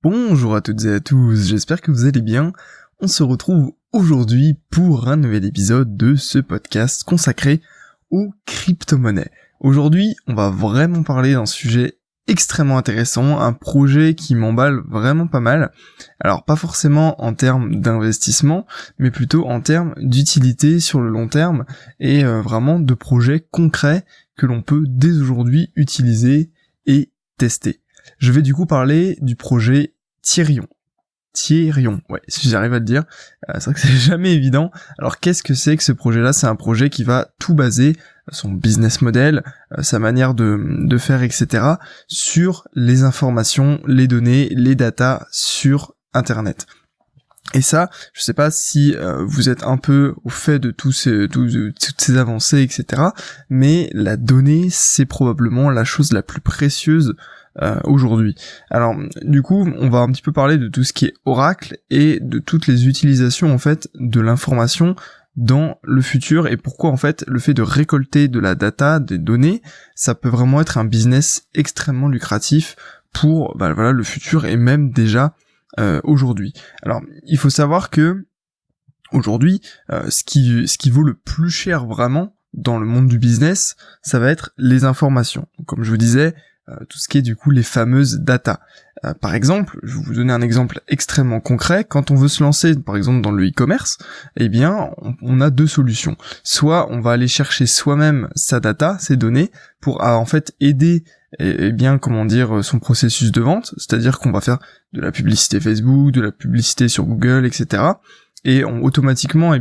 Bonjour à toutes et à tous, j'espère que vous allez bien. On se retrouve aujourd'hui pour un nouvel épisode de ce podcast consacré aux crypto-monnaies. Aujourd'hui, on va vraiment parler d'un sujet extrêmement intéressant, un projet qui m'emballe vraiment pas mal. Alors pas forcément en termes d'investissement, mais plutôt en termes d'utilité sur le long terme et vraiment de projets concrets que l'on peut dès aujourd'hui utiliser et tester. Je vais du coup parler du projet Tyrion, ouais, si j'arrive à le dire. C'est vrai que c'est jamais évident. Alors qu'est-ce que c'est que ce projet-là ? C'est un projet qui va tout baser, son business model, sa manière de faire, etc., sur les informations, les données, les datas sur Internet. Et ça, je sais pas si vous êtes un peu au fait de toutes ces avancées, etc., mais la donnée, c'est probablement la chose la plus précieuse aujourd'hui. Alors, du coup, on va un petit peu parler de tout ce qui est Oracle et de toutes les utilisations, en fait, de l'information dans le futur et pourquoi, en fait, le fait de récolter de la data, des données, ça peut vraiment être un business extrêmement lucratif pour, le futur et même déjà aujourd'hui. Alors, il faut savoir que aujourd'hui, ce qui vaut le plus cher vraiment dans le monde du business, ça va être les informations. Donc, comme je vous disais, tout ce qui est du coup les fameuses data. Par exemple, je vais vous donner un exemple extrêmement concret. Quand on veut se lancer, par exemple, dans le e-commerce, eh bien, on a deux solutions. Soit on va aller chercher soi-même sa data, ses données, pour en fait aider son processus de vente, c'est-à-dire qu'on va faire de la publicité Facebook, de la publicité sur Google, etc. Et automatiquement,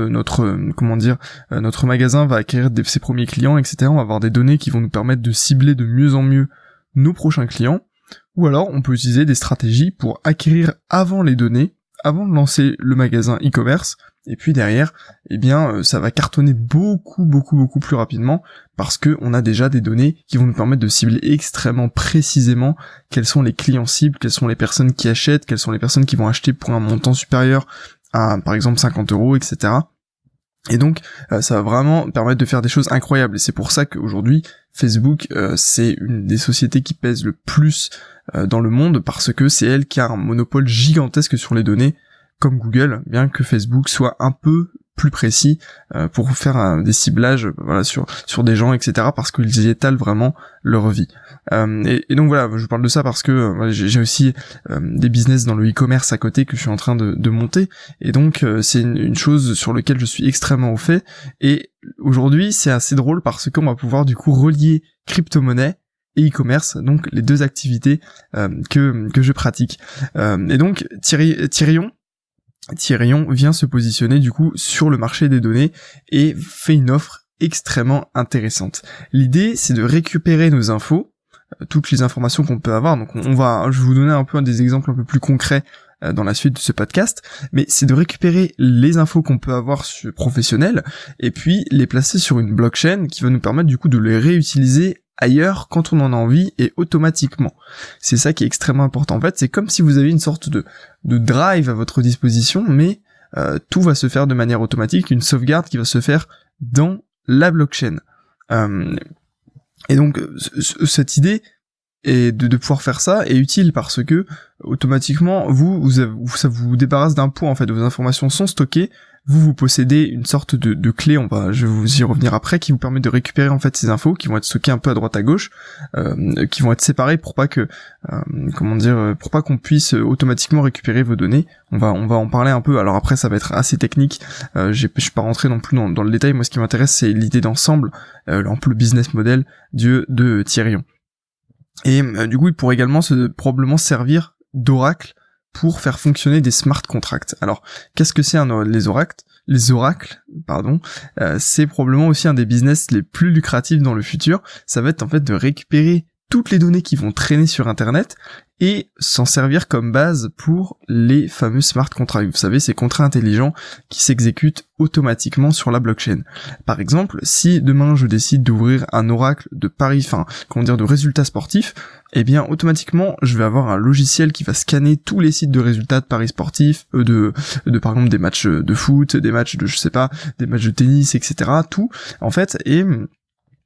notre magasin va acquérir ses premiers clients, etc. On va avoir des données qui vont nous permettre de cibler de mieux en mieux nos prochains clients. Ou alors, on peut utiliser des stratégies pour acquérir avant les données, avant de lancer le magasin e-commerce. Et puis derrière, ça va cartonner beaucoup plus rapidement parce que on a déjà des données qui vont nous permettre de cibler extrêmement précisément quels sont les clients cibles, quelles sont les personnes qui achètent, quelles sont les personnes qui vont acheter pour un montant supérieur à, par exemple, 50 €, etc. Et donc, ça va vraiment permettre de faire des choses incroyables. Et c'est pour ça qu'aujourd'hui, Facebook, c'est une des sociétés qui pèse le plus dans le monde, parce que c'est elle qui a un monopole gigantesque sur les données, comme Google, bien que Facebook soit un peu plus précis pour faire des ciblages sur des gens, etc., parce qu'ils y étalent vraiment leur vie. Et donc voilà, je parle de ça parce que j'ai aussi des business dans le e-commerce à côté que je suis en train de monter, et donc c'est une chose sur laquelle je suis extrêmement au fait, et aujourd'hui c'est assez drôle parce qu'on va pouvoir du coup relier crypto-monnaie et e-commerce, donc les deux activités que je pratique. Et donc Tyrion vient se positionner du coup sur le marché des données et fait une offre extrêmement intéressante. L'idée, c'est de récupérer nos infos, toutes les informations qu'on peut avoir. Donc je vais vous donner un peu des exemples un peu plus concrets dans la suite de ce podcast, mais c'est de récupérer les infos qu'on peut avoir sur professionnelles et puis les placer sur une blockchain qui va nous permettre du coup de les réutiliser ailleurs quand on en a envie et automatiquement. C'est ça qui est extrêmement important. En fait, c'est comme si vous avez une sorte de drive à votre disposition, mais tout va se faire de manière automatique, une sauvegarde qui va se faire dans la blockchain. Et donc, cette idée et de pouvoir faire ça est utile parce que automatiquement ça vous débarrasse d'un poids, en fait. Vos informations sont stockées, vous possédez une sorte de clé, je vais vous y revenir après, qui vous permet de récupérer en fait ces infos qui vont être stockées un peu à droite à gauche, qui vont être séparées pour pas qu'on puisse automatiquement récupérer vos données. On va en parler un peu. Alors après, ça va être assez technique. Je suis pas rentré non plus dans le détail. Moi, ce qui m'intéresse, c'est l'idée d'ensemble, un peu le business model de Tyrion. Et du coup, il pourrait également probablement servir d'oracle pour faire fonctionner des smart contracts. Alors, qu'est-ce que c'est les oracles, c'est probablement aussi un des business les plus lucratifs dans le futur. Ça va être en fait de récupérer toutes les données qui vont traîner sur Internet et s'en servir comme base pour les fameux smart contracts. Vous savez, ces contrats intelligents qui s'exécutent automatiquement sur la blockchain. Par exemple, si demain je décide d'ouvrir un oracle de de résultats sportifs, eh bien automatiquement je vais avoir un logiciel qui va scanner tous les sites de résultats de paris sportifs, par exemple des matchs de foot, des matchs de des matchs de tennis, etc. Tout en fait, et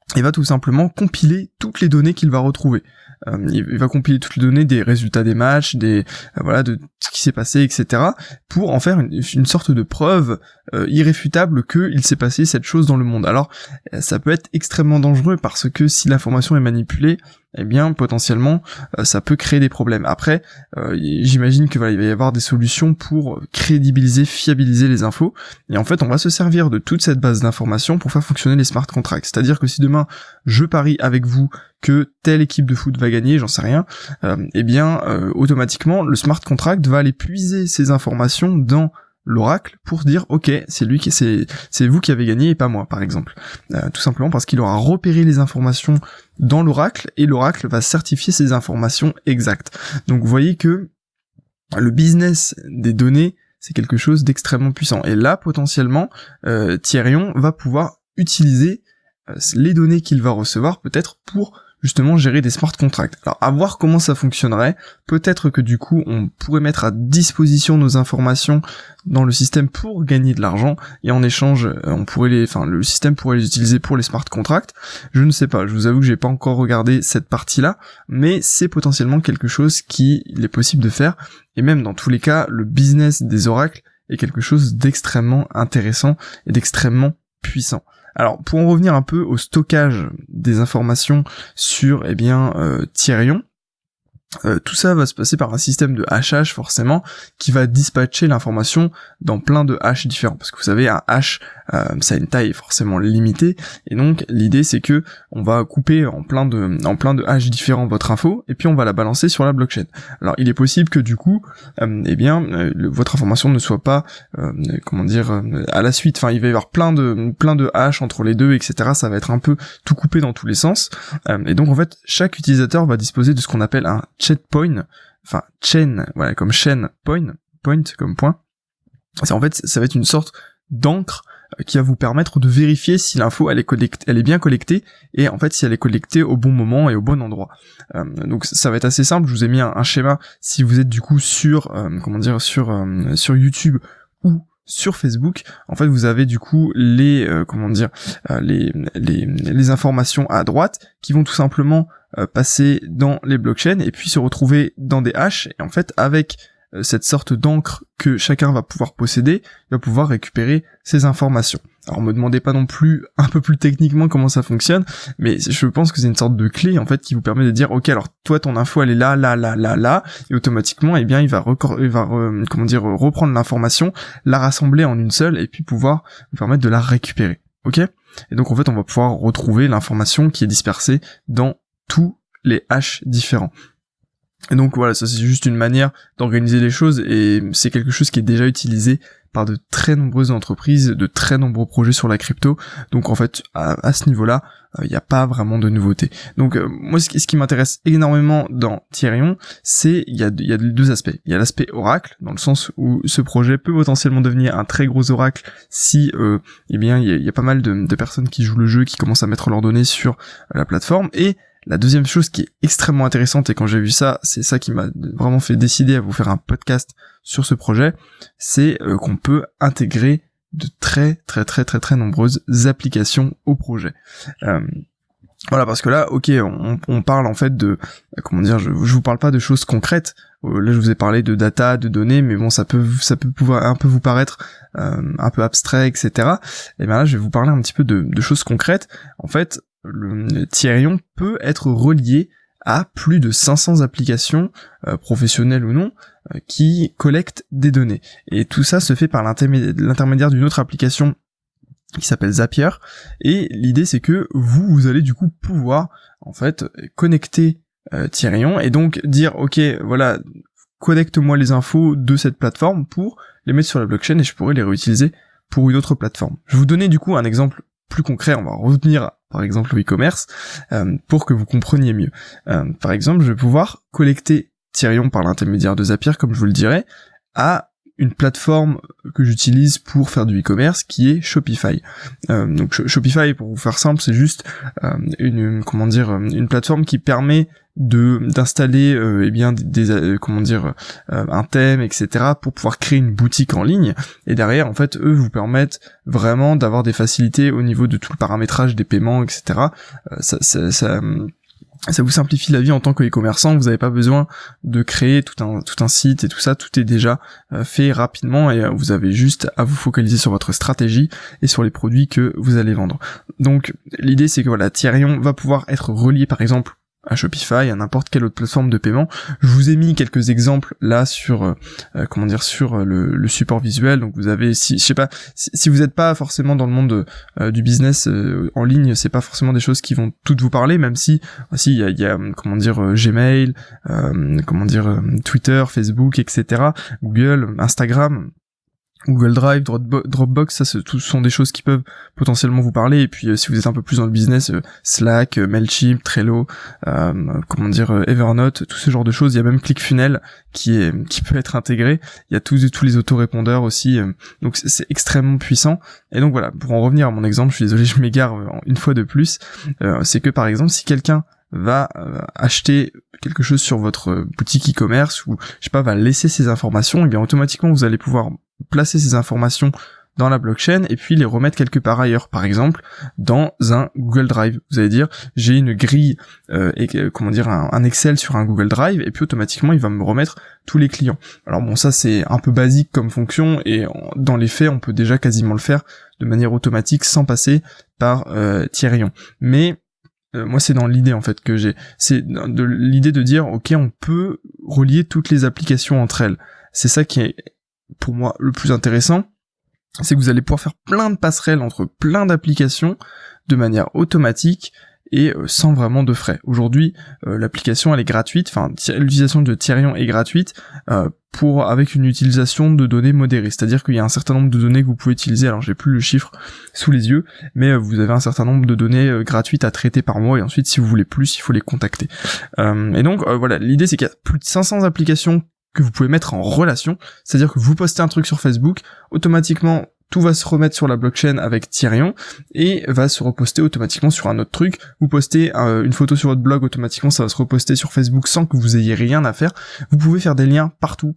et va tout simplement compiler toutes les données qu'il va retrouver. Il va compiler toutes les données des résultats des matchs, de ce qui s'est passé, etc., pour en faire une sorte de preuve irréfutable qu'il s'est passé cette chose dans le monde. Alors, ça peut être extrêmement dangereux parce que si l'information est manipulée, eh bien, potentiellement, ça peut créer des problèmes. Après, j'imagine que il va y avoir des solutions pour crédibiliser, fiabiliser les infos, et en fait, on va se servir de toute cette base d'informations pour faire fonctionner les smart contracts. C'est-à-dire que si demain, je parie avec vous que telle équipe de foot va gagner, j'en sais rien, automatiquement, le smart contract va aller puiser ces informations dans l'oracle pour dire ok, c'est vous qui avez gagné et pas moi, par exemple. Tout simplement parce qu'il aura repéré les informations dans l'oracle et l'oracle va certifier ces informations exactes. Donc vous voyez que le business des données, c'est quelque chose d'extrêmement puissant. Et là, potentiellement, Thierry va pouvoir utiliser les données qu'il va recevoir peut-être pour justement gérer des smart contracts. Alors à voir comment ça fonctionnerait, peut-être que du coup on pourrait mettre à disposition nos informations dans le système pour gagner de l'argent, et en échange le système pourrait les utiliser pour les smart contracts. Je ne sais pas, je vous avoue que j'ai pas encore regardé cette partie-là, mais c'est potentiellement quelque chose qu'il est possible de faire, et même dans tous les cas, le business des oracles est quelque chose d'extrêmement intéressant et d'extrêmement puissant. Alors, pour en revenir un peu au stockage des informations sur, Thierry, tout ça va se passer par un système de hachage, forcément, qui va dispatcher l'information dans plein de hashes différents. Parce que vous savez, un hash, ça a une taille forcément limitée, et donc l'idée c'est que on va couper en plein de hashes différents votre info, et puis on va la balancer sur la blockchain. Alors il est possible que du coup, votre information ne soit pas, à la suite. Enfin, il va y avoir plein de hashes entre les deux, etc. Ça va être un peu tout coupé dans tous les sens, et donc en fait, chaque utilisateur va disposer de ce qu'on appelle un checkpoint, chain, comme chaîne, point comme point. Ça va être une sorte d'encre qui va vous permettre de vérifier si l'info elle est bien collectée, et en fait si elle est collectée au bon moment et au bon endroit. Donc ça va être assez simple. Je vous ai mis un schéma si vous êtes du coup sur YouTube ou sur Facebook. En fait, vous avez du coup les informations à droite qui vont tout simplement passer dans les blockchains et puis se retrouver dans des hashes, et en fait avec cette sorte d'encre que chacun va pouvoir posséder, il va pouvoir récupérer ces informations. Alors me demandez pas non plus un peu plus techniquement comment ça fonctionne, mais je pense que c'est une sorte de clé en fait qui vous permet de dire ok, alors toi ton info elle est là, et automatiquement il va reprendre l'information, la rassembler en une seule et puis pouvoir vous permettre de la récupérer. Ok ? Et donc en fait on va pouvoir retrouver l'information qui est dispersée dans tous les hashes différents. Et donc voilà, ça c'est juste une manière d'organiser les choses, et c'est quelque chose qui est déjà utilisé par de très nombreuses entreprises, de très nombreux projets sur la crypto. Donc en fait, à ce niveau-là, il n'y a pas vraiment de nouveauté. Donc moi, ce qui m'intéresse énormément dans Thierry, c'est il y a deux aspects. Il y a l'aspect oracle, dans le sens où ce projet peut potentiellement devenir un très gros oracle si il y a pas mal de personnes qui jouent le jeu, qui commencent à mettre leurs données sur la plateforme. Et la deuxième chose qui est extrêmement intéressante, et quand j'ai vu ça, c'est ça qui m'a vraiment fait décider à vous faire un podcast sur ce projet, c'est qu'on peut intégrer de très nombreuses applications au projet. Voilà, parce que là, ok, on parle en fait de, je vous parle pas de choses concrètes. Là, je vous ai parlé de data, de données, mais bon, ça peut pouvoir un peu vous paraître un peu abstrait, etc. Et bien là, je vais vous parler un petit peu de choses concrètes. En fait, le Thierry peut être relié à plus de 500 applications, professionnelles ou non, qui collectent des données. Et tout ça se fait par l'intermédiaire d'une autre application qui s'appelle Zapier. Et l'idée c'est que vous allez du coup pouvoir en fait connecter Thierry et donc dire ok, voilà, connecte-moi les infos de cette plateforme pour les mettre sur la blockchain et je pourrais les réutiliser pour une autre plateforme. Je vais vous donner du coup un exemple plus concret. On va revenir par exemple au e-commerce pour que vous compreniez mieux. Par exemple, je vais pouvoir collecter Thierry par l'intermédiaire de Zapier, comme je vous le dirais, à une plateforme que j'utilise pour faire du e-commerce qui est Shopify. Donc Shopify, pour vous faire simple, c'est juste une plateforme qui permet d'installer un thème, etc., pour pouvoir créer une boutique en ligne. Et derrière, en fait, eux vous permettent vraiment d'avoir des facilités au niveau de tout le paramétrage des paiements, etc. Ça vous simplifie la vie en tant que e-commerçant. Vous n'avez pas besoin de créer tout un site et tout ça. Tout est déjà fait rapidement et vous avez juste à vous focaliser sur votre stratégie et sur les produits que vous allez vendre. Donc l'idée c'est que voilà, Tyrion va pouvoir être relié par exemple à Shopify, à n'importe quelle autre plateforme de paiement. Je vous ai mis quelques exemples là sur le support visuel. Donc vous avez, si vous n'êtes pas forcément dans le monde du business en ligne, c'est pas forcément des choses qui vont toutes vous parler, même si il y a Gmail, Twitter, Facebook, etc., Google, Instagram, Google Drive, Dropbox, ça ce sont des choses qui peuvent potentiellement vous parler. Et puis si vous êtes un peu plus dans le business, Slack, Mailchimp, Trello, Evernote, tout ce genre de choses. Il y a même ClickFunnels qui peut être intégré. Il y a tous les autorépondeurs aussi. Donc c'est extrêmement puissant. Et donc voilà, pour en revenir à mon exemple, je suis désolé, je m'égare une fois de plus. C'est que par exemple, si quelqu'un va acheter quelque chose sur votre boutique e-commerce ou va laisser ses informations, et bien automatiquement vous allez pouvoir placer ces informations dans la blockchain et puis les remettre quelque part ailleurs, par exemple dans un Google Drive. Vous allez dire j'ai une grille un Excel sur un Google Drive et puis automatiquement il va me remettre tous les clients. Alors bon, ça c'est un peu basique comme fonction et dans les faits on peut déjà quasiment le faire de manière automatique sans passer par Tyrion. Mais moi c'est dans l'idée en fait que j'ai, c'est de l'idée de dire ok, on peut relier toutes les applications entre elles. C'est ça qui est pour moi le plus intéressant, c'est que vous allez pouvoir faire plein de passerelles entre plein d'applications de manière automatique et sans vraiment de frais. Aujourd'hui, l'application elle est gratuite, l'utilisation de Tyrion est gratuite avec une utilisation de données modérée, c'est-à-dire qu'il y a un certain nombre de données que vous pouvez utiliser, alors j'ai plus le chiffre sous les yeux, mais vous avez un certain nombre de données gratuites à traiter par mois et ensuite si vous voulez plus, il faut les contacter. Et donc voilà, l'idée c'est qu'il y a plus de 500 applications que vous pouvez mettre en relation, c'est-à-dire que vous postez un truc sur Facebook, automatiquement tout va se remettre sur la blockchain avec Tyrion et va se reposter automatiquement sur un autre truc. Vous postez une photo sur votre blog, automatiquement ça va se reposter sur Facebook sans que vous ayez rien à faire. Vous pouvez faire des liens partout.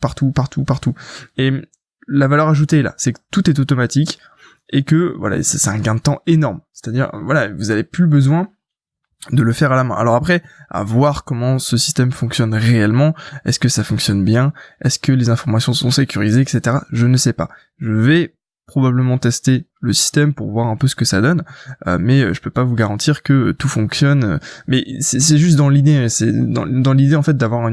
Et la valeur ajoutée est là, c'est que tout est automatique et que voilà, c'est un gain de temps énorme. C'est-à-dire voilà, vous avez plus besoin de le faire à la main. Alors après, à voir comment ce système fonctionne réellement, est-ce que ça fonctionne bien, est-ce que les informations sont sécurisées, etc. Je ne sais pas. Je vais probablement tester le système pour voir un peu ce que ça donne, mais je peux pas vous garantir que tout fonctionne. Mais c'est juste dans l'idée, c'est dans l'idée en fait d'avoir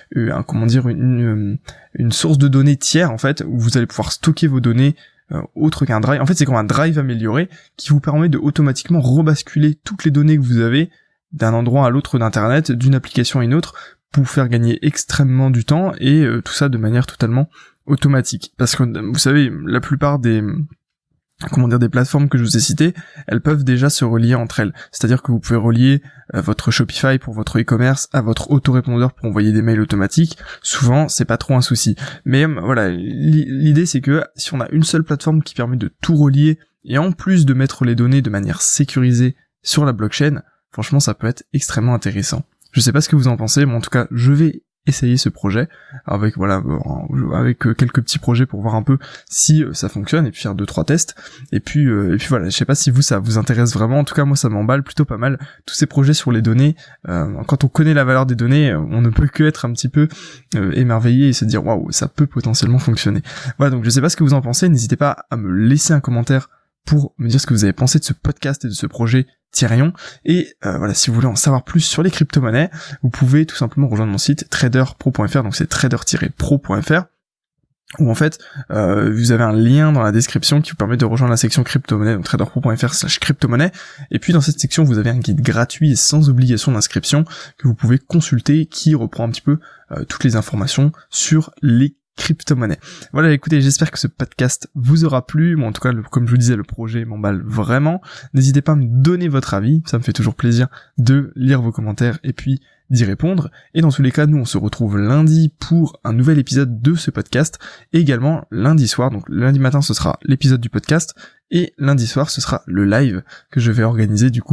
une source de données tiers en fait où vous allez pouvoir stocker vos données. Autre qu'un drive. En fait, c'est comme un drive amélioré qui vous permet de automatiquement rebasculer toutes les données que vous avez d'un endroit à l'autre d'internet, d'une application à une autre, pour vous faire gagner extrêmement du temps et tout ça de manière totalement automatique. Parce que vous savez, la plupart des plateformes que je vous ai citées, elles peuvent déjà se relier entre elles. C'est-à-dire que vous pouvez relier votre Shopify pour votre e-commerce à votre autorépondeur pour envoyer des mails automatiques. Souvent, c'est pas trop un souci. Mais voilà, l'idée c'est que si on a une seule plateforme qui permet de tout relier et en plus de mettre les données de manière sécurisée sur la blockchain, franchement, ça peut être extrêmement intéressant. Je sais pas ce que vous en pensez, mais en tout cas, je vais essayer ce projet avec quelques petits projets pour voir un peu si ça fonctionne et puis faire 2-3 tests et puis voilà, je sais pas si ça vous intéresse vraiment. En tout cas moi ça m'emballe plutôt pas mal tous ces projets sur les données. Quand on connaît la valeur des données, on ne peut que être un petit peu émerveillé et se dire waouh, ça peut potentiellement fonctionner. Voilà, donc je sais pas ce que vous en pensez, n'hésitez pas à me laisser un commentaire pour me dire ce que vous avez pensé de ce podcast et de ce projet Tyrion. Et voilà, si vous voulez en savoir plus sur les crypto-monnaies, vous pouvez tout simplement rejoindre mon site traderpro.fr, donc c'est trader-pro.fr, où en fait vous avez un lien dans la description qui vous permet de rejoindre la section crypto-monnaie, donc traderpro.fr/crypto-monnaie, et puis dans cette section vous avez un guide gratuit et sans obligation d'inscription que vous pouvez consulter, qui reprend un petit peu toutes les informations sur les crypto-monnaie. Voilà, écoutez, j'espère que ce podcast vous aura plu. Bon, en tout cas, comme je vous disais, le projet m'emballe vraiment. N'hésitez pas à me donner votre avis, ça me fait toujours plaisir de lire vos commentaires et puis d'y répondre. Et dans tous les cas, nous on se retrouve lundi pour un nouvel épisode de ce podcast, et également lundi soir. Donc lundi matin ce sera l'épisode du podcast, et lundi soir ce sera le live que je vais organiser du coup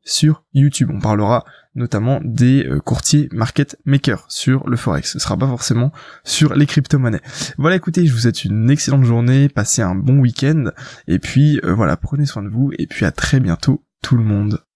sur YouTube. On parlera notamment des courtiers market makers sur le Forex. Ce sera pas forcément sur les crypto-monnaies. Voilà, écoutez, je vous souhaite une excellente journée, passez un bon week-end, et puis voilà, prenez soin de vous, et puis à très bientôt tout le monde.